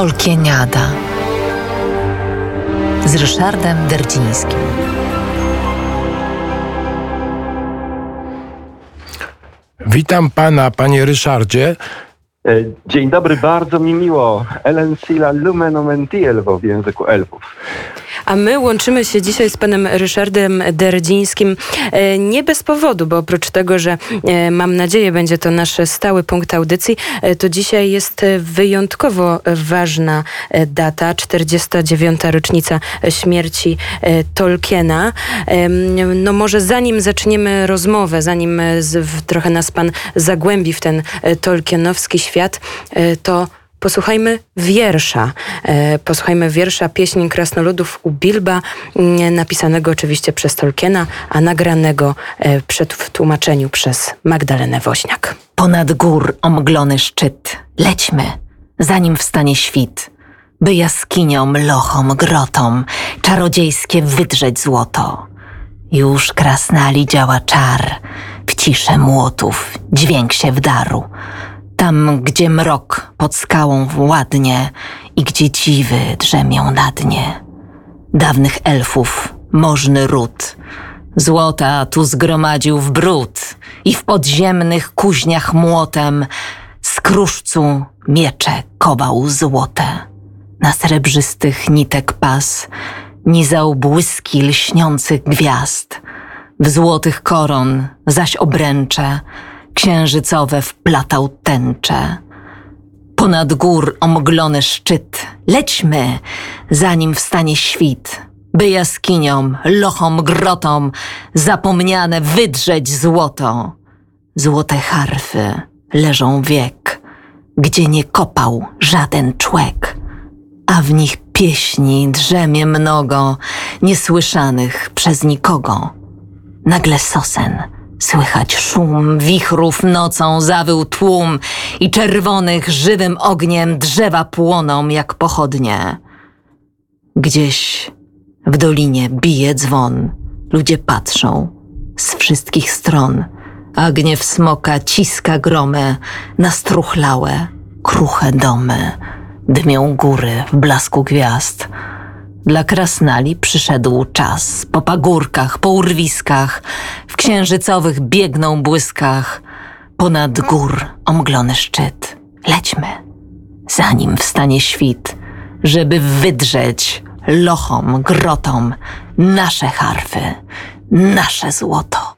Tolkieniada z Ryszardem Derdzińskim. Witam pana, panie Ryszardzie. Dzień dobry, bardzo mi miło. Elen sila lumen omentielvo w języku elfów. A my łączymy się dzisiaj z panem Ryszardem Derdzińskim nie bez powodu, bo oprócz tego, że mam nadzieję będzie to nasz stały punkt audycji, to dzisiaj jest wyjątkowo ważna data, 49. rocznica śmierci Tolkiena. No może zanim zaczniemy rozmowę, zanim trochę nas pan zagłębi w ten tolkienowski świat, to posłuchajmy wiersza Pieśń krasnoludów u Bilba, napisanego oczywiście przez Tolkiena, a nagranego w tłumaczeniu przez Magdalenę Woźniak. Ponad gór omglony szczyt, lećmy, zanim wstanie świt, by jaskiniom, lochom, grotom czarodziejskie wydrzeć złoto. Już krasnali działa czar, w ciszę młotów dźwięk się wdarł. Tam, gdzie mrok pod skałą władnie i gdzie dziwy drzemią na dnie. Dawnych elfów możny ród złota tu zgromadził w brud i w podziemnych kuźniach młotem z kruszcu miecze kował złote. Na srebrzystych nitek pas nizał błyski lśniących gwiazd. W złotych koron zaś obręcze księżycowe wplatał tęcze. Ponad gór omglony szczyt, lećmy, zanim wstanie świt, by jaskiniom, lochom, grotom zapomniane wydrzeć złoto. Złote harfy leżą wiek, gdzie nie kopał żaden człek, a w nich pieśni drzemie mnogo, niesłyszanych przez nikogo. Nagle sosen słychać szum, wichrów nocą zawył tłum i czerwonych żywym ogniem drzewa płoną jak pochodnie. Gdzieś w dolinie bije dzwon, ludzie patrzą z wszystkich stron, a gniew smoka ciska gromy na struchlałe, kruche domy. Dmią góry w blasku gwiazd. Dla krasnali przyszedł czas. Po pagórkach, po urwiskach, w księżycowych biegną błyskach. Ponad gór omglony szczyt. Lećmy, zanim wstanie świt, żeby wydrzeć lochom, grotom nasze harfy, nasze złoto.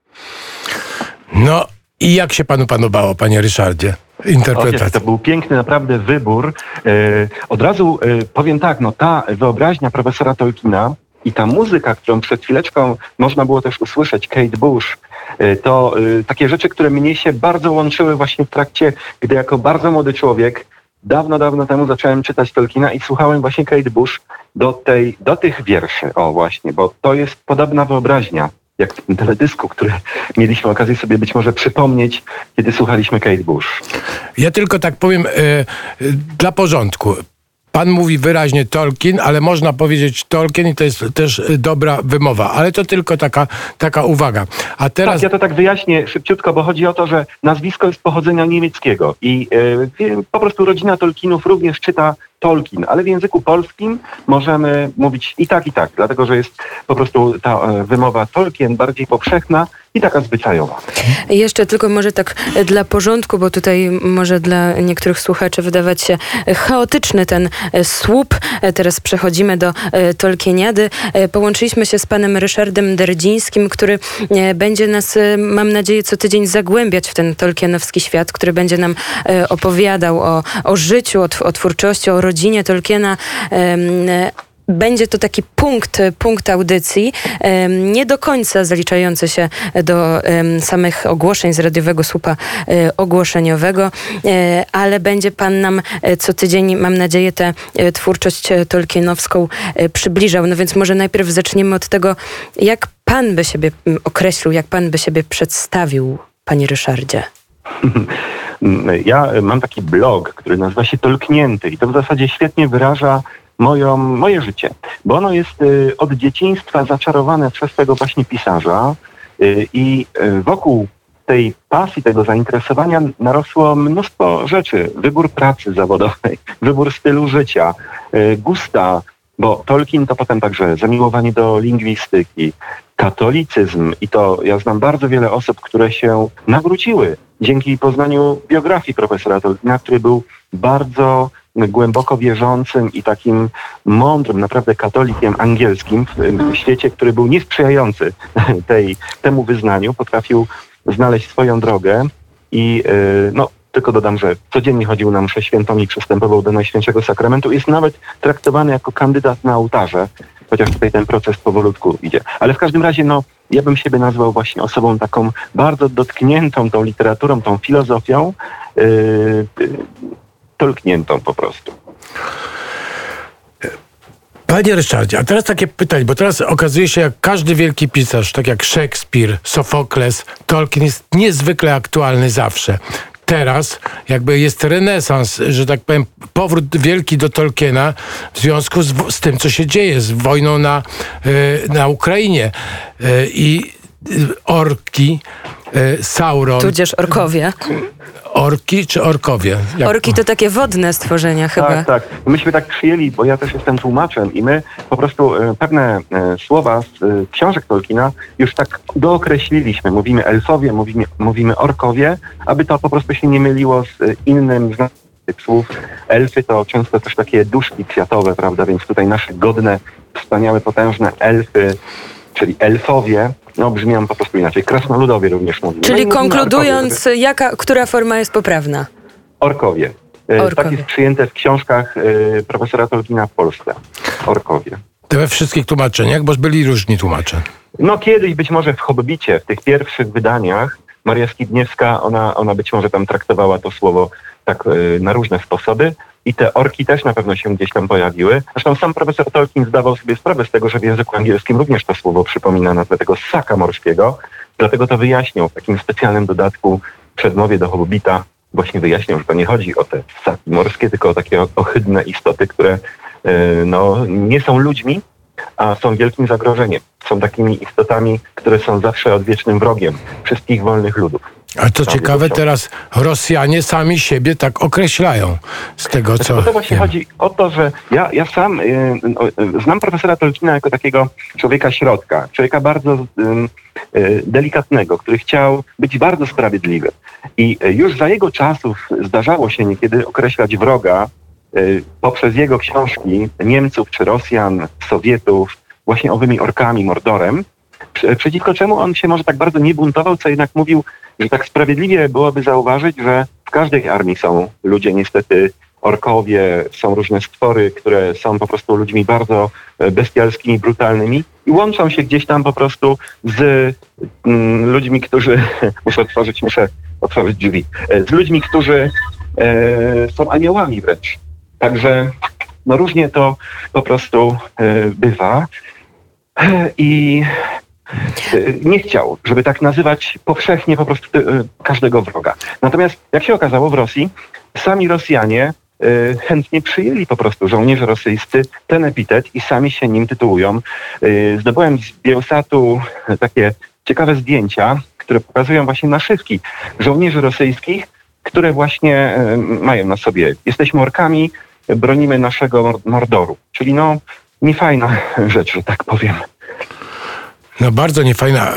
No i jak się panu podobało, panie Ryszardzie? Interpretacja. To był piękny naprawdę wybór. Od razu powiem tak, no ta wyobraźnia profesora Tolkiena i ta muzyka, którą przed chwileczką można było też usłyszeć, Kate Bush, to takie rzeczy, które mnie się bardzo łączyły właśnie w trakcie, gdy jako bardzo młody człowiek dawno temu zacząłem czytać Tolkiena i słuchałem właśnie Kate Bush do tych wierszy. O właśnie, bo to jest podobna wyobraźnia, jak w tym teledysku, który mieliśmy okazję sobie być może przypomnieć, kiedy słuchaliśmy Kate Bush. Ja tylko tak powiem dla porządku. Pan mówi wyraźnie Tolkien, ale można powiedzieć Tolkien i to jest też dobra wymowa. Ale to tylko taka uwaga. A teraz... Tak, ja to tak wyjaśnię szybciutko, bo chodzi o to, że nazwisko jest pochodzenia niemieckiego i po prostu rodzina Tolkienów również czyta Tolkien, ale w języku polskim możemy mówić i tak, dlatego że jest po prostu ta wymowa Tolkien bardziej powszechna i taka zwyczajowa. Jeszcze tylko może tak dla porządku, bo tutaj może dla niektórych słuchaczy wydawać się chaotyczny ten słup. Teraz przechodzimy do Tolkieniady. Połączyliśmy się z panem Ryszardem Derdzińskim, który będzie nas, mam nadzieję, co tydzień zagłębiać w ten tolkienowski świat, który będzie nam opowiadał o życiu, o twórczości, o rodzinie Tolkiena. Będzie to taki punkt audycji, nie do końca zaliczający się do samych ogłoszeń z radiowego słupa ogłoszeniowego, ale będzie pan nam co tydzień, mam nadzieję, tę twórczość tolkienowską przybliżał. No więc może najpierw zaczniemy od tego, jak pan by siebie określił, jak pan by siebie przedstawił, panie Ryszardzie. Ja mam taki blog, który nazywa się Tolknięty i to w zasadzie świetnie wyraża moje życie, bo ono jest od dzieciństwa zaczarowane przez tego właśnie pisarza i wokół tej pasji, tego zainteresowania narosło mnóstwo rzeczy. Wybór pracy zawodowej, wybór stylu życia, gusta, bo Tolkien to potem także zamiłowanie do lingwistyki, katolicyzm i to ja znam bardzo wiele osób, które się nawróciły dzięki poznaniu biografii profesora Tolkiena, który był bardzo głęboko wierzącym i takim mądrym, naprawdę katolikiem angielskim w świecie, który był niesprzyjający temu wyznaniu, potrafił znaleźć swoją drogę i tylko dodam, że codziennie chodził na mszę świętą i przystępował do Najświętszego Sakramentu. Jest nawet traktowany jako kandydat na ołtarze, chociaż tutaj ten proces powolutku idzie. Ale w każdym razie, ja bym siebie nazwał właśnie osobą taką bardzo dotkniętą tą literaturą, tą filozofią, tolkniętą po prostu. Panie Ryszardzie, a teraz takie pytanie, bo teraz okazuje się, jak każdy wielki pisarz, tak jak Szekspir, Sofokles, Tolkien jest niezwykle aktualny zawsze. Teraz jakby jest renesans, że tak powiem, powrót wielki do Tolkiena w związku z tym, co się dzieje, z wojną na Ukrainie. I orki, Sauron... Tudzież orkowie. Orki czy orkowie? Orki to takie wodne stworzenia chyba. Tak. Myśmy tak przyjęli, bo ja też jestem tłumaczem i my po prostu pewne słowa z książek Tolkiena już tak dookreśliliśmy. Mówimy elfowie, mówimy orkowie, aby to po prostu się nie myliło z innym znaczeniem tych słów. Elfy to często też takie duszki kwiatowe, prawda? Więc tutaj nasze godne, wspaniałe, potężne elfy, czyli elfowie, brzmią po prostu inaczej. Krasnoludowie również mówimy. Czyli konkludując, która forma jest poprawna? Orkowie. Tak jest przyjęte w książkach profesora Tolkiena w Polsce. Orkowie. To we wszystkich tłumaczeniach, bo byli różni tłumacze. Kiedyś być może w Hobbicie, w tych pierwszych wydaniach, Maria Skibniewska, ona być może tam traktowała to słowo tak na różne sposoby i te orki też na pewno się gdzieś tam pojawiły. Zresztą sam profesor Tolkien zdawał sobie sprawę z tego, że w języku angielskim również to słowo przypomina nazwę tego ssaka morskiego, dlatego to wyjaśniał w takim specjalnym dodatku w przedmowie do Hobbita. Właśnie wyjaśniał, że to nie chodzi o te ssaki morskie, tylko o takie ohydne istoty, które nie są ludźmi, a są wielkim zagrożeniem. Są takimi istotami, które są zawsze odwiecznym wrogiem wszystkich wolnych ludów. A to ciekawe, teraz Rosjanie sami siebie tak określają z tego, co... To właśnie chodzi o to, że ja sam znam profesora Tolkiena jako takiego człowieka środka, człowieka bardzo delikatnego, który chciał być bardzo sprawiedliwy. I już za jego czasów zdarzało się niekiedy określać wroga poprzez jego książki Niemców czy Rosjan, Sowietów, właśnie owymi orkami, Mordorem, przeciwko czemu on się może tak bardzo nie buntował, co jednak mówił, że tak sprawiedliwie byłoby zauważyć, że w każdej armii są ludzie niestety orkowie, są różne stwory, które są po prostu ludźmi bardzo bestialskimi, brutalnymi i łączą się gdzieś tam po prostu z ludźmi, którzy... Muszę otworzyć drzwi. Z ludźmi, którzy są aniołami wręcz. Także różnie to po prostu bywa. I nie chciał, żeby tak nazywać powszechnie po prostu każdego wroga. Natomiast jak się okazało w Rosji, sami Rosjanie chętnie przyjęli po prostu żołnierze rosyjscy ten epitet i sami się nim tytułują. Zdobyłem z Bielsatu takie ciekawe zdjęcia, które pokazują właśnie naszywki żołnierzy rosyjskich, które właśnie mają na sobie: jesteśmy orkami, bronimy naszego Mordoru. Czyli niefajna rzecz, że tak powiem. Bardzo niefajna.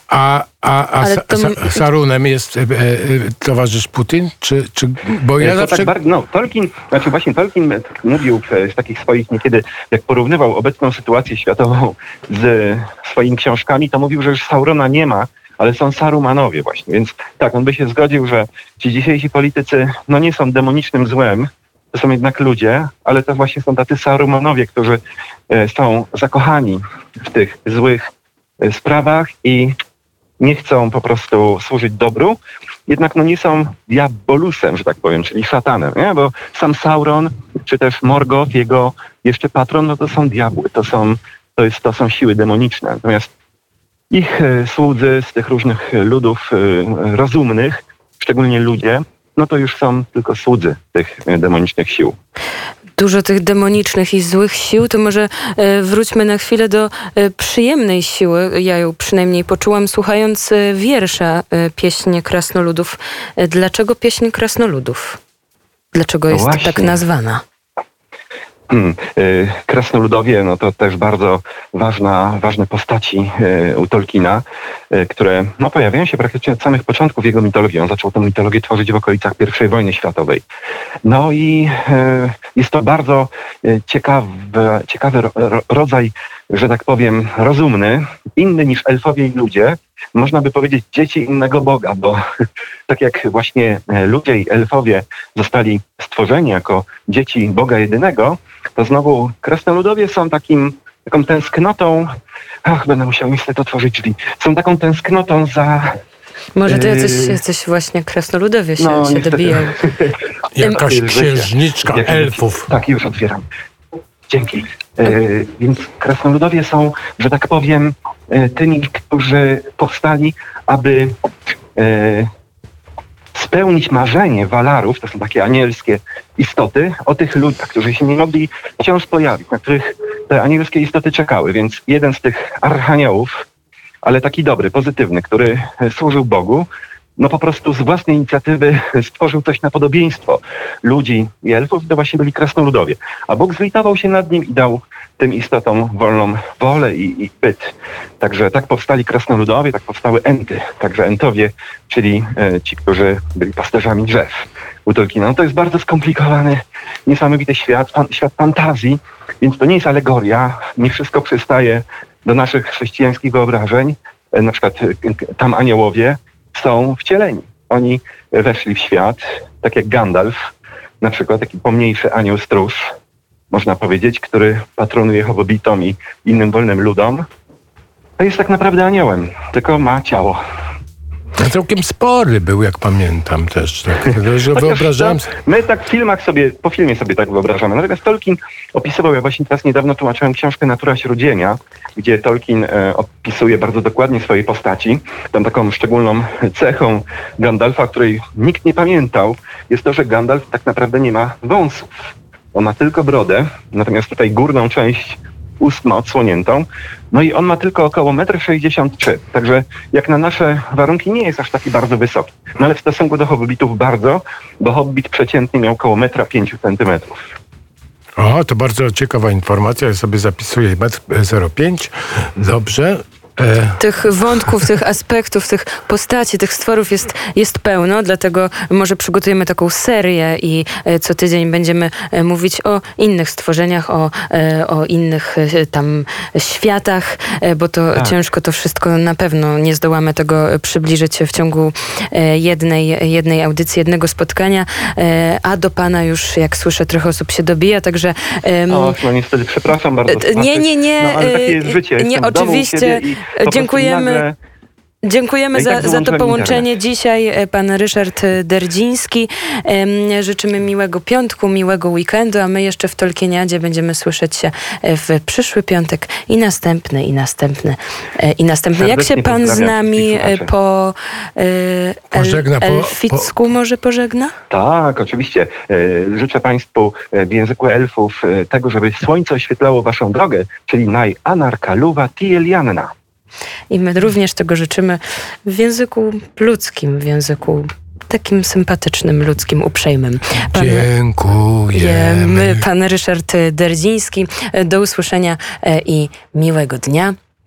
Sarunem jest towarzysz Putin? Bo ja zawsze... Tolkien mówił z takich swoich niekiedy, jak porównywał obecną sytuację światową z swoimi książkami, to mówił, że już Saurona nie ma, ale są Sarumanowie właśnie. Więc tak, on by się zgodził, że ci dzisiejsi politycy nie są demonicznym złem, to są jednak ludzie, ale to właśnie są tacy Sarumanowie, którzy są zakochani w tych złych sprawach i nie chcą po prostu służyć dobru, jednak nie są diabolusem, że tak powiem, czyli szatanem, nie? Bo sam Sauron, czy też Morgoth, jego jeszcze patron, to są diabły, to są siły demoniczne. Natomiast ich słudzy z tych różnych ludów rozumnych, szczególnie ludzie, to już są tylko słudzy tych demonicznych sił. dużo tych demonicznych i złych sił, to może wróćmy na chwilę do przyjemnej siły. Ja ją przynajmniej poczułam, słuchając wiersza Pieśń Krasnoludów. Dlaczego Pieśń Krasnoludów? Dlaczego jest tak nazwana? Krasnoludowie, no to też bardzo ważne postaci u Tolkiena, które pojawiają się praktycznie od samych początków jego mitologii. On zaczął tę mitologię tworzyć w okolicach I wojny światowej. No i jest to bardzo ciekawy rodzaj, że tak powiem, rozumny, inny niż elfowie i ludzie. Można by powiedzieć dzieci innego Boga, bo tak jak właśnie ludzie i elfowie zostali stworzeni jako dzieci Boga jedynego, to znowu krasnoludowie są taką tęsknotą, będę musiał niestety otworzyć drzwi, są taką tęsknotą za... Może to jacyś właśnie krasnoludowie się dobijają. Jakaś księżniczka elfów. Tak, już otwieram. Dzięki. Więc krasnoludowie są, że tak powiem, tymi, którzy powstali, aby spełnić marzenie Valarów, to są takie anielskie istoty, o tych ludziach, którzy się nie mogli wciąż pojawić, na których te anielskie istoty czekały. Więc jeden z tych archaniołów, ale taki dobry, pozytywny, który służył Bogu, po prostu z własnej inicjatywy stworzył coś na podobieństwo ludzi i elfów, to właśnie byli krasnoludowie. A Bóg zlitował się nad nim i dał tym istotom wolną wolę i byt. Także tak powstali krasnoludowie, tak powstały enty. Także entowie, czyli ci, którzy byli pasterzami drzew u Tolkiena. To jest bardzo skomplikowany, niesamowity świat fantazji, więc to nie jest alegoria. Nie wszystko przystaje do naszych chrześcijańskich wyobrażeń. Na przykład tam aniołowie są wcieleni. Oni weszli w świat, tak jak Gandalf, na przykład taki pomniejszy anioł stróż, można powiedzieć, który patronuje hobbitom i innym wolnym ludom. To jest tak naprawdę aniołem, tylko ma ciało. Całkiem spory był, jak pamiętam też. Tak, że wyobrażałem... My tak po filmie sobie tak wyobrażamy. Natomiast Tolkien opisywał, ja właśnie teraz niedawno tłumaczyłem książkę Natura Śródziemia, gdzie Tolkien opisuje bardzo dokładnie swojej postaci. Tam taką szczególną cechą Gandalfa, której nikt nie pamiętał, jest to, że Gandalf tak naprawdę nie ma wąsów. On ma tylko brodę, natomiast tutaj górną część ust ma odsłoniętą. No i on ma tylko około 1,63 m. Także jak na nasze warunki nie jest aż taki bardzo wysoki. No ale w stosunku do hobbitów bardzo, bo hobbit przeciętny miał około 1,5 m. O, to bardzo ciekawa informacja. Ja sobie zapisuję 1,05 m. Dobrze. Tych wątków, tych aspektów, tych postaci, tych stworów jest pełno, dlatego może przygotujemy taką serię i co tydzień będziemy mówić o innych stworzeniach, o innych tam światach, bo to ciężko to wszystko, na pewno nie zdołamy tego przybliżyć w ciągu jednej audycji, jednego spotkania, a do pana już, jak słyszę, trochę osób się dobija, także... no niestety, przepraszam bardzo. Nie, no, ale takie jest życie. nie, oczywiście. Dziękujemy za to połączenie dzisiaj. Pan Ryszard Derdziński. Życzymy miłego piątku, miłego weekendu, a my jeszcze w Tolkieniadzie będziemy słyszeć się w przyszły piątek i następny. Jak się pan z nami po elficku może pożegna? Tak, oczywiście. Życzę państwu w języku elfów tego, żeby słońce oświetlało waszą drogę, czyli naj anarka luwa tielianna. I my również tego życzymy w języku ludzkim, w języku takim sympatycznym, ludzkim, uprzejmym. Dziękujemy. Pan Ryszard Derdziński. Do usłyszenia i miłego dnia.